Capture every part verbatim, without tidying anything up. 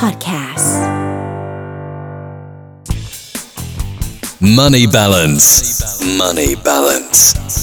Podcast Money Balance Money Balance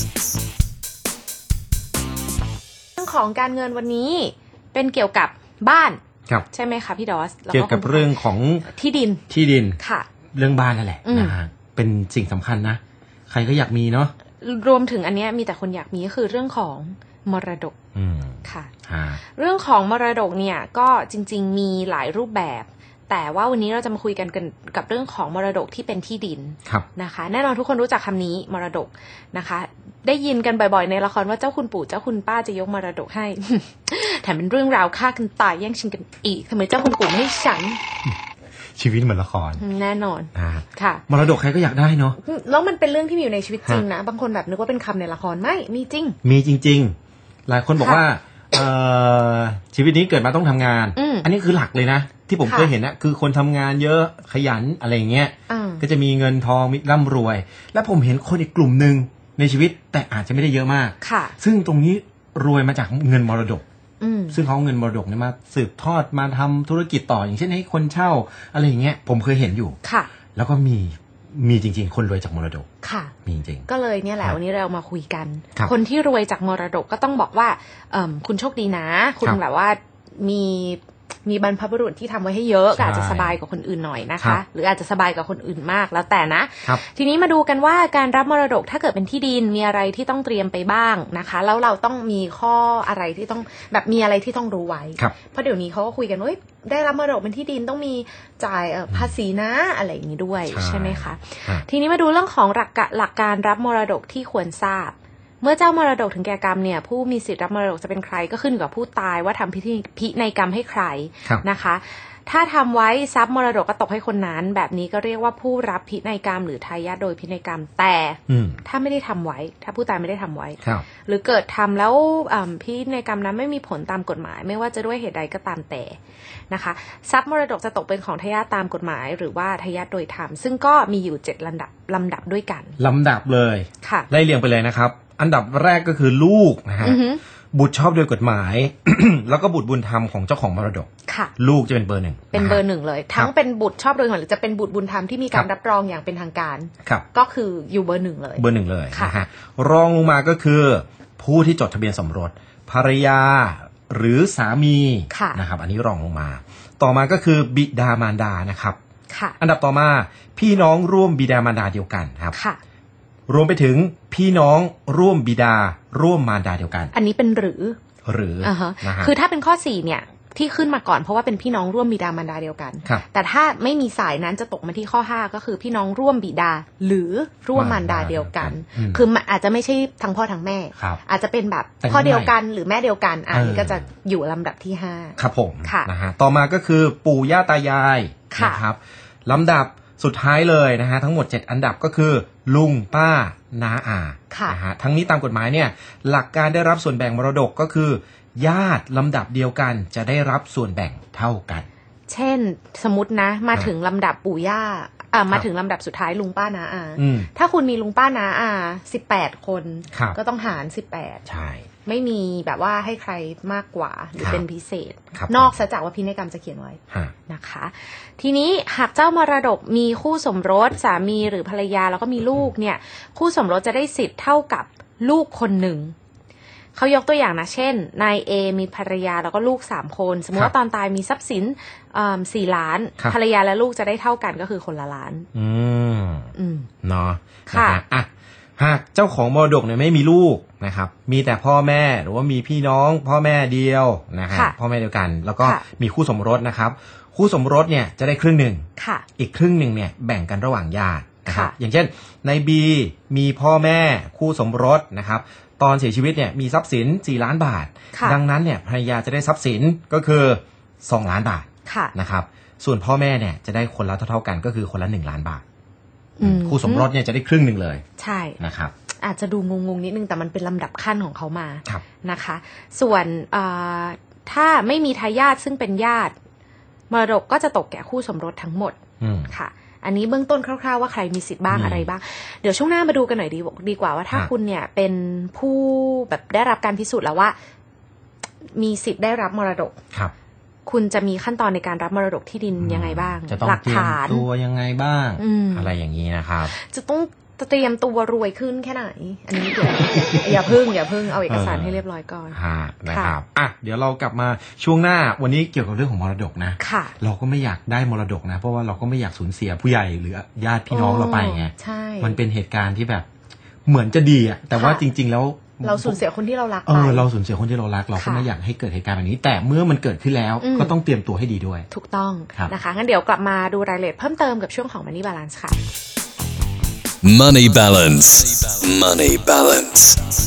เรื่องของการเงินวันนี้เป็นเกี่ยวกับบ้านใช่ไหมคะพี่ดอสเกี่ยวกับเรื่องของที่ดินที่ดินค่ะเรื่องบ้านนั่นแหละนะฮะเป็นสิ่งสำคัญนะใครก็อยากมีเนาะรวมถึงอันนี้มีแต่คนอยากมีก็คือเรื่องของมรดกค่ะเรื่องของมรดกเนี่ยก็จริงๆมีหลายรูปแบบแต่ว่าวันนี้เราจะมาคุยกันกับเรื่องของมรดกที่เป็นที่ดินนะคะแน่นอนทุกคนรู้จักคำนี้มรดกนะคะได้ยินกันบ่อยๆในละครว่าเจ้าคุณปู่เจ้าคุณป้าจะยกมรดกให้ แถมเป็นเรื่องราวฆ่ากันตายแย่งชิงกันอีกทำไมเจ้าคุณปู่ไม่ให้ฉันชีวิตเหมือนละครแน่นอนค่ะมรดกใครก็อยากได้เนาะแล้วมันเป็นเรื่องที่มีอยู่ในชีวิตจริงนะบางคนแบบนึกว่าเป็นคำในละครไม่มีจริงมีจริงๆหลายคนบอกว่าชีวิตนี้เกิดมาต้องทำงาน อันนี้คือหลักเลยนะที่ผมเคยเห็นนะคือคนทำงานเยอะขยันอะไรเงี้ยก็จะมีเงินทองมีร่ำรวยแล้วผมเห็นคนอีกกลุ่มนึงในชีวิตแต่อาจจะไม่ได้เยอะมากซึ่งตรงนี้รวยมาจากเงินมรดกซึ่งเขาเงินมรดกเนี่ยมาสืบทอดมาทำธุรกิจต่ออย่างเช่นให้คนเช่าอะไรอย่างเงี้ยผมเคยเห็นอยู่แล้วก็มีมีจริงๆคนรวยจากมรดกค่ะมีจริงก็เลยเนี่ยแหละวันนี้เรามาคุยกัน คนที่รวยจากมรดกก็ต้องบอกว่าคุณโชคดีนะคุณแบบว่ามีมีบรรพบุรุษที่ทำไว้ให้เยอะก็อาจจะสบายกว่าคนอื่นหน่อยนะคะหรืออาจจะสบายกว่าคนอื่นมากแล้วแต่นะทีนี้มาดูกันว่าการรับมรดกถ้าเกิดเป็นที่ดินมีอะไรที่ต้องเตรียมไปบ้างนะคะแล้วเราต้องมีข้ออะไรที่ต้องแบบมีอะไรที่ต้องรู้ไว้เพราะเดี๋ยวนี้เขาก็คุยกันว่าได้รับมรดกเป็นที่ดินต้องมีจ่ายภาษีนะอะไรอย่างนี้ด้วยใช่ไหมคะทีนี้มาดูเรื่องของหลักหลักการรับมรดกที่ควรทราบเมื่อเจ้ามรดกถึงแก่กรรมเนี่ยผู้มีสิทธิ์รับมรดกจะเป็นใครก็ขึ้นอยู่กับผู้ตายว่าทำพิธีพินัยกรรมให้ใครนะคะถ้าทำไว้ทรัพย์มรดกก็ตกให้คนนั้นแบบนี้ก็เรียกว่าผู้รับพินัยกรรมหรือทายาทโดยพินัยกรรมแต่ถ้าไม่ได้ทำไว้ถ้าผู้ตายไม่ได้ทำไว้หรือเกิดทำแล้วพินัยกรรมนั้นไม่มีผลตามกฎหมายไม่ว่าจะด้วยเหตุใดก็ตามแต่นะคะทรัพย์มรดกจะตกเป็นของทายาทตามกฎหมายหรือว่าทายาทโดยธรรมซึ่งก็มีอยู่เจ็ดลำดับลำดับด้วยกันลำดับเลยไล่เรียงไปเลยนะครับอันดับแรกก็คือลูกนะฮะบุตรชอบโดยกฎหมาย แล้วก็บุตรบุญธรรมของเจ้าของมรดกลูกจะเป็นเบอร์หนึ่งเป็นเบอร์หนึ่งเลยทั้งเป็นบุตรชอบโดยกฎหมายหรือจะเป็นบุตรบุญธรรมที่มีการรับรองอย่างเป็นทางการก็คืออยู่เบอร์หนึ่งเลยเบอร์หนึ่งเลยนะฮะรองลงมาก็คือผู้ที่จดทะเบียนสมรสภรรยาหรือสามีนะครับอันนี้รองลงมาต่อมาก็คือบิดามารดานะครับอันดับต่อมาพี่น้องร่วมบิดามารดาเดียวกันครับรวมไปถึงพี่น้องร่วมบิดาร่วมมารดาเดียวกันอันนี้เป็นหรือหรือ uh-huh. นะฮะคือถ้าเป็นข้อสี่เนี่ยที่ขึ้นมาก่อนเพราะว่าเป็นพี่น้องร่วมบิดามารดาเดียวกันแต่ถ้าไม่มีสายนั้นจะตกมาที่ข้อห้าก็คือพี่น้องร่วมบิดาหรือร่วมมารดาเดียวกันคืออาจจะไม่ใช่ทั้งพ่อทั้งแม่อาจจะเป็นแบบพ่อเดียวกันหรือแม่เดียวกันอันนี้ก็จะอยู่ลำดับที่ห้าครับผมนะฮะต่อมาก็คือปู่ย่าตายายนะครับลำดับสุดท้ายเลยนะฮะทั้งหมดเจ็ดอันดับก็คือลุงป้าน้าอานะฮะทั้งนี้ตามกฎหมายเนี่ยหลักการได้รับส่วนแบ่งมรดกก็คือญาติลำดับเดียวกันจะได้รับส่วนแบ่งเท่ากันเช่นสมมตินะมาถึงลำดับปู่ย่าอ่ามาถึงลำดับสุดท้ายลุงป้าน้าอาถ้าคุณมีลุงป้าน้าอาสิบแปดคนก็ต้องหารสิบแปดใช่ไม่มีแบบว่าให้ใครมากกว่าหรือเป็นพิเศษนอกจากว่าพินัยกรรมจะเขียนไว้นะคะทีนี้หากเจ้ามรดกมีคู่สมรสสามีหรือภรรยาแล้วก็มีลูกเนี่ยคู่สมรสจะได้สิทธิ์เท่ากับลูกคนหนึ่งเขายกตัวอย่างนะเช่นนาย A มีภรรยาแล้วก็ลูกสามคนสมมติว่าตอนตายมีทรัพย์สินสี่ล้านภรรยาและลูกจะได้เท่ากันก็คือคนละล้านอืมอืมเนาะค่ะอ่ะหากเจ้าของมรดกเนี่ยไม่มีลูกนะครับมีแต่พ่อแม่หรือว่ามีพี่น้องพ่อแม่เดียวนะครับพ่อแม่เดียวกันแล้วก็มีคู่สมรสนะครับคู่สมรสเนี่ยจะได้ครึ่งหนึ่งอีกครึ่งหนึ่งเนี่ยแบ่งกันระหว่างญาตินะครับอย่างเช่นใน B มีพ่อแม่คู่สมรสนะครับตอนเสียชีวิตเนี่ยมีทรัพย์สินสี่ล้านบาทดังนั้นเนี่ยภรรยาจะได้ทรัพย์สินก็คือสองล้านบาทนะครับส่วนพ่อแม่เนี่ยจะได้คนละเท่าๆกันก็คือคนละหนึ่งล้านบาทคู่สมรสเนี่ยจะได้ครึ่งหนึ่งเลยใช่นะครับอาจจะดูงงๆนิดนึงแต่มันเป็นลำดับขั้นของเขามานะคะส่วนถ้าไม่มีทายาทซึ่งเป็นญาติมรดกก็จะตกแก่คู่สมรสทั้งหมดค่ะอันนี้เบื้องต้นคร่าวๆว่าใครมีสิทธิ์บ้างอะไรบ้างเดี๋ยวช่วงหน้ามาดูกันหน่อยดีดีกว่าว่าถ้าคุณเนี่ยเป็นผู้แบบได้รับการพิสูจน์แล้วว่ามีสิทธิ์ได้รับมรดกคุณจะมีขั้นตอนในการรับมรดกที่ดินยังไงบ้างจะต้องเตรียมตัวยังไงบ้างอะไรอย่างนี้นะครับจะต้องเตรียมตัวรวยขึ้นแค่ไหนอันนี้เกี่ยวอย่าพึ่งอย่าพึ่งเอาเอกสารให้เรียบร้อยก่อนนะครับอ่ะเดี๋ยวเรากลับมาช่วงหน้าวันนี้เกี่ยวกับเรื่องของมรดกนะเราก็ไม่อยากได้มรดกนะเพราะว่าเราก็ไม่อยากสูญเสียผู้ใหญ่หรือญาติพี่น้องเราไปไงมันเป็นเหตุการณ์ที่แบบเหมือนจะดีอ่ะแต่ว่าจริงๆแล้วเราสูญเสียคนที่เรารักไปเออเราสูญเสียคนที่เรารักเราก็ไม่อยากให้เกิดเหตุการณ์แบบนี้แต่เมื่อมันเกิดขึ้นแล้วก็ต้องเตรียมตัวให้ดีด้วยถูกต้องนะคะงั้นเดี๋ยวกลับมาดูรายละเอียดเพิ่มเติมกับช่วงของ Money Balance ค่ะ Money Balance Money Balance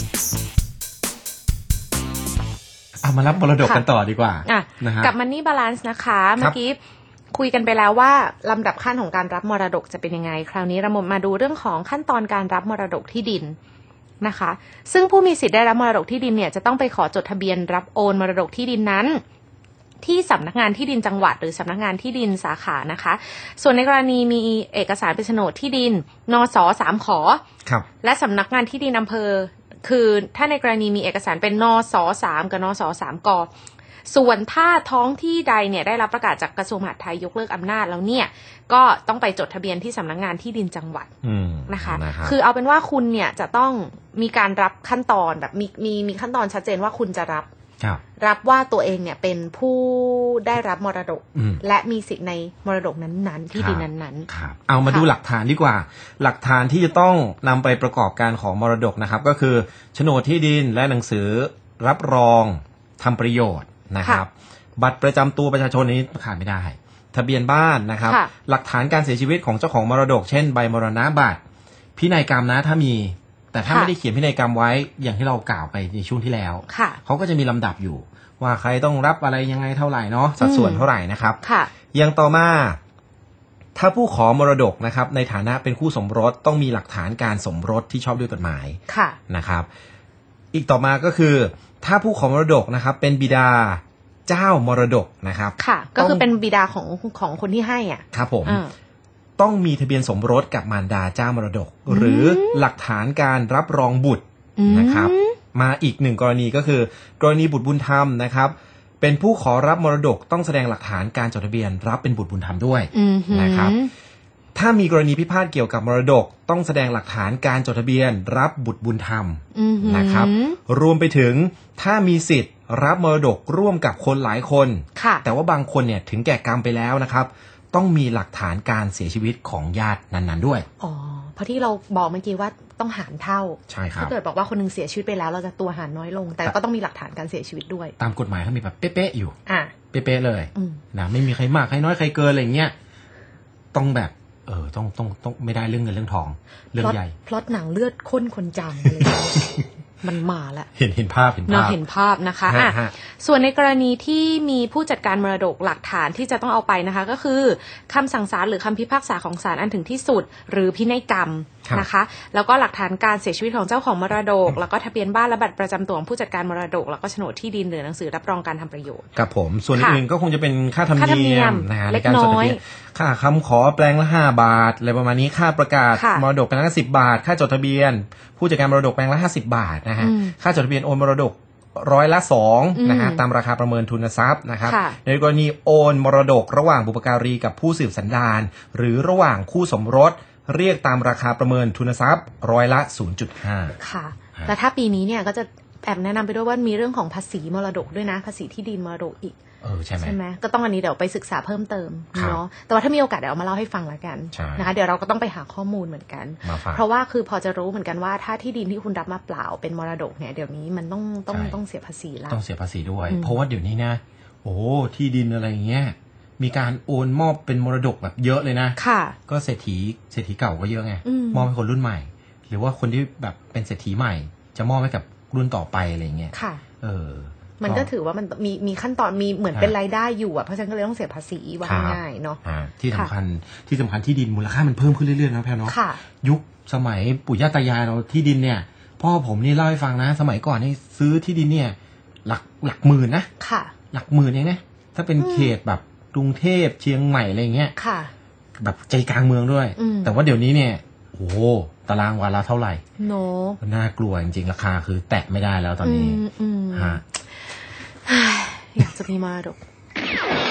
เอามารับมรดกกันต่อดีกว่านะฮะกับ Money Balance นะคะเมื่อกี้คุยกันไปแล้วว่าลำดับขั้นของการรับมรดกจะเป็นยังไงคราวนี้เรามาดูเรื่องของขั้นตอนการรับมรดกที่ดินนะคะซึ่งผู้มีสิทธิ์ได้รับมรดกที่ดินเนี่ยจะต้องไปขอจดทะเบียนรับโอนมรดกที่ดินนั้นที่สำนักงานที่ดินจังหวัดหรือสำนักงานที่ดินสาขานะคะส่วนในกรณีมีเอกสารเป็นโฉนดที่ดินนส.สามขอและสำนักงานที่ดินอำเภอคือถ้าในกรณีมีเอกสารเป็นนส.สามกับนส.สามกส่วนถ้าท้องที่ใดเนี่ยได้รับประกาศจากกระทรวงมหาดไทยยกเลิกอำนาจแล้วเนี่ยก็ต้องไปจดทะเบียนที่สำนักงานที่ดินจังหวัดนะคะคือเอาเป็นว่าคุณเนี่ยจะต้องมีการรับขั้นตอนแบบมีมีมีขั้นตอนชัดเจนว่าคุณจะรับรับว่าตัวเองเนี่ยเป็นผู้ได้รับมรดกและมีสิทธิ์ในมรดกนั้นๆที่ดินนั้นๆเอามาดูหลักฐานดีกว่าหลักฐานที่จะต้องนำไปประกอบการของมรดกนะครับก็คือโฉนดที่ดินและหนังสือรับรองทำประโยชน์นะครับบัตรประจำตัวประชาชนนี้ขาดไม่ได้ทะเบียนบ้านนะครับหลักฐานการเสียชีวิตของเจ้าของมรดกเช่นใบมรณบัตรพินัยกรรมนะถ้ามีแต่ถ้าไม่ได้เขียนพินัยกรรมไว้อย่างที่เรากล่าวไปในช่วงที่แล้วเขาก็จะมีลำดับอยู่ว่าใครต้องรับอะไรยังไงเท่าไหร่เนาะสัดส่วนเท่าไหร่นะครับอย่างต่อมาถ้าผู้ขอมรดกนะครับในฐานะเป็นคู่สมรสต้องมีหลักฐานการสมรสที่ชอบด้วยกฎหมายนะครับอีกต่อมาก็คือถ้าผู้ขอมรดกนะครับเป็นบิดาเจ้ามรดกนะครับค่ะก็คือเป็นบิดาของของคนที่ให้อ่ะครับผมต้องมีทะเบียนสมรสกับมารดาเจ้ามรดกหรือหลักฐานการรับรองบุตรนะครับมาอีกหนึ่งกรณีก็คือกรณีบุตรบุญธรรมนะครับเป็นผู้ขอรับมรดกต้องแสดงหลักฐานการจดทะเบียนรับเป็นบุตรบุญธรรมด้วยนะครับถ้ามีกรณีพิพาทเกี่ยวกับมรดกต้องแสดงหลักฐานการจดทะเบียนรับบุตรบุญธรรมนะครับรวมไปถึงถ้ามีสิทธิ์รับมรดกร่วมกับคนหลายคนแต่ว่าบางคนเนี่ยถึงแก่กรรมไปแล้วนะครับต้องมีหลักฐานการเสียชีวิตของญาตินั้นๆด้วยอ๋อเพราะที่เราบอกเมื่อกี้ว่าต้องหารเท่าใช่ครับถ้าเกิดบอกว่าคนนึงเสียชีวิตไปแล้วเราจะตัวหารน้อยลงแต่ก็ต้องมีหลักฐานการเสียชีวิตด้วยตามกฎหมายเขามีแบบเป๊ะๆอยู่อ่ะเป๊ะๆเลยนะไม่มีใครมากใครน้อยใครเกินอะไรเงี้ยต้องแบบเออต้องต้องต้องไม่ได้เรื่องเงินเรื่องทองเรื่องใหญ่พล็อตหนังเลือดข้นคนจางเลยมันมาแล้วเห็นเห็นภาพเห็นภาพเห็นภาพนะคะอ่ะส่วนในกรณีที่มีผู้จัดการมรดกหลักฐานที่จะต้องเอาไปนะคะก็คือคำสั่งศาลหรือคำพิพากษาของศาลอันถึงที่สุดหรือพินัยกรรมนะคะแล้วก็หลักฐานการเสียชีวิตของเจ้าของมรดกแล้วก็ทะเบียนบ้านและบัตรประจำตัวของผู้จัดการมรดกแล้วก็โฉนดที่ดินหรือหนังสือรับรองการทำประโยชน์กับผมส่วนอื่นก็คงจะเป็นค่าธรรมเนียมนะฮะในการจดทะเบียนค่าคำขอแปลงละห้าบาทอะไรประมาณนี้ค่าประกาศมรดกแปลงละสิบบาทค่าจดทะเบียนผู้จัดการมรดกแปลงละห้าสิบบาทนะฮะค่าจดทะเบียนโอนมรดกร้อยละสองนะฮะตามราคาประเมินทุนทรัพย์นะครับในกรณีโอนมรดกระหว่างบุพการีกับผู้สืบสันดานหรือระหว่างคู่สมรสเรียกตามราคาประเมินทุนทรัพย์ร้อยละ ศูนย์จุดห้าค่ะแล้วถ้าปีนี้เนี่ยก็จะแอบแนะนำไปด้วยว่ามีเรื่องของภาษีมรดกด้วยนะภาษีที่ดินมรดกอีกเออใช่ไหมใช่ไหมก็ต้องอันนี้เดี๋ยวไปศึกษาเพิ่มเติมเนาะแต่ว่าถ้ามีโอกาสเดี๋ยวเอามาเล่าให้ฟังแล้วกันนะคะเดี๋ยวเราก็ต้องไปหาข้อมูลเหมือนกันเพราะว่าคือพอจะรู้เหมือนกันว่าถ้าที่ดินที่คุณรับมาเปล่าเป็นมรดกเนี่ยเดี๋ยวนี้มันต้องต้องต้องเสียภาษีแล้วต้องเสียภาษีด้วยเพราะว่าเดี๋ยวนี้นะโอ้ที่ดินอะไรเงี้ยมีการโอนมอบเป็นมรดกแบบเยอะเลยนะค่ะก็เศรษฐีเศรษฐีเก่าก็เยอะไงมอบให้คนรุ่นใหม่หรือว่าคนที่แบบเป็นเศรษฐีใหม่จะมอบให้กับรุ่นต่อไปอะไรเงี้ยค่ะเออมันก็ถือว่ามันมีมีขั้นตอนมีเหมือนเป็นรายได้อยู่อ่ะเพราะฉะนั้นก็เลยต้องเสียภาษีว่าง่ายเนาะที่สำคัญที่สำคัญที่ดินมูลค่ามันเพิ่มขึ้นเรื่อยๆนะแพลเนาะยุคสมัยปู่ย่าตายายเราที่ดินเนี่ยพ่อผมนี่เล่าให้ฟังนะสมัยก่อนนี่ซื้อที่ดินเนี่ยหลักหลักหมื่นนะค่ะหลักหมื่นเองนะถ้าเป็นเขตแบบกรุงเทพเชียงใหม่อะไรเงี้ยค่ะแบบใจกลางเมืองด้วยแต่ว่าเดี๋ยวนี้เนี่ยโอ้ตารางวาละเท่าไหร่โนน่ากลัวจริงๆราคาคือแตะไม่ได้แล้วตอนนี้ฮะอยากจะมีมรดก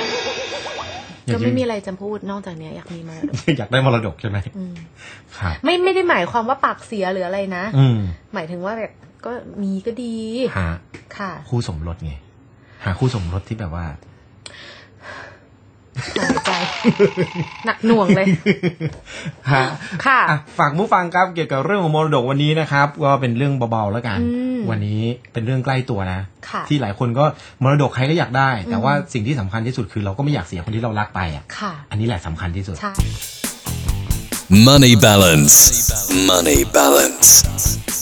ก็ไม่มีอะไรจะพูดนอกจากเนี้ยอยากมีมรดกอยากได้มรดกใช่ไหมครับไม่ไม่ได้หมายความว่าปากเสียหรืออะไรนะหมายถึงว่าแบบก็มีก็ดีหาค่ะคู่สมรสไงหาคู่สมรสที่แบบว่าหายใจหนักหน่วงเลยฮะค่ะฝากผู้ฟังครับเกี่ยวกับเรื่องของมรดกวันนี้นะครับก็เป็นเรื่องเบาๆแล้วกันวันนี้เป็นเรื่องใกล้ตัวนะที่หลายคนก็มรดกใครก็อยากได้แต่ว่าสิ่งที่สำคัญที่สุดคือเราก็ไม่อยากเสียคนที่เรารักไปอ่ะอันนี้แหละสำคัญที่สุด Money Balance Money Balance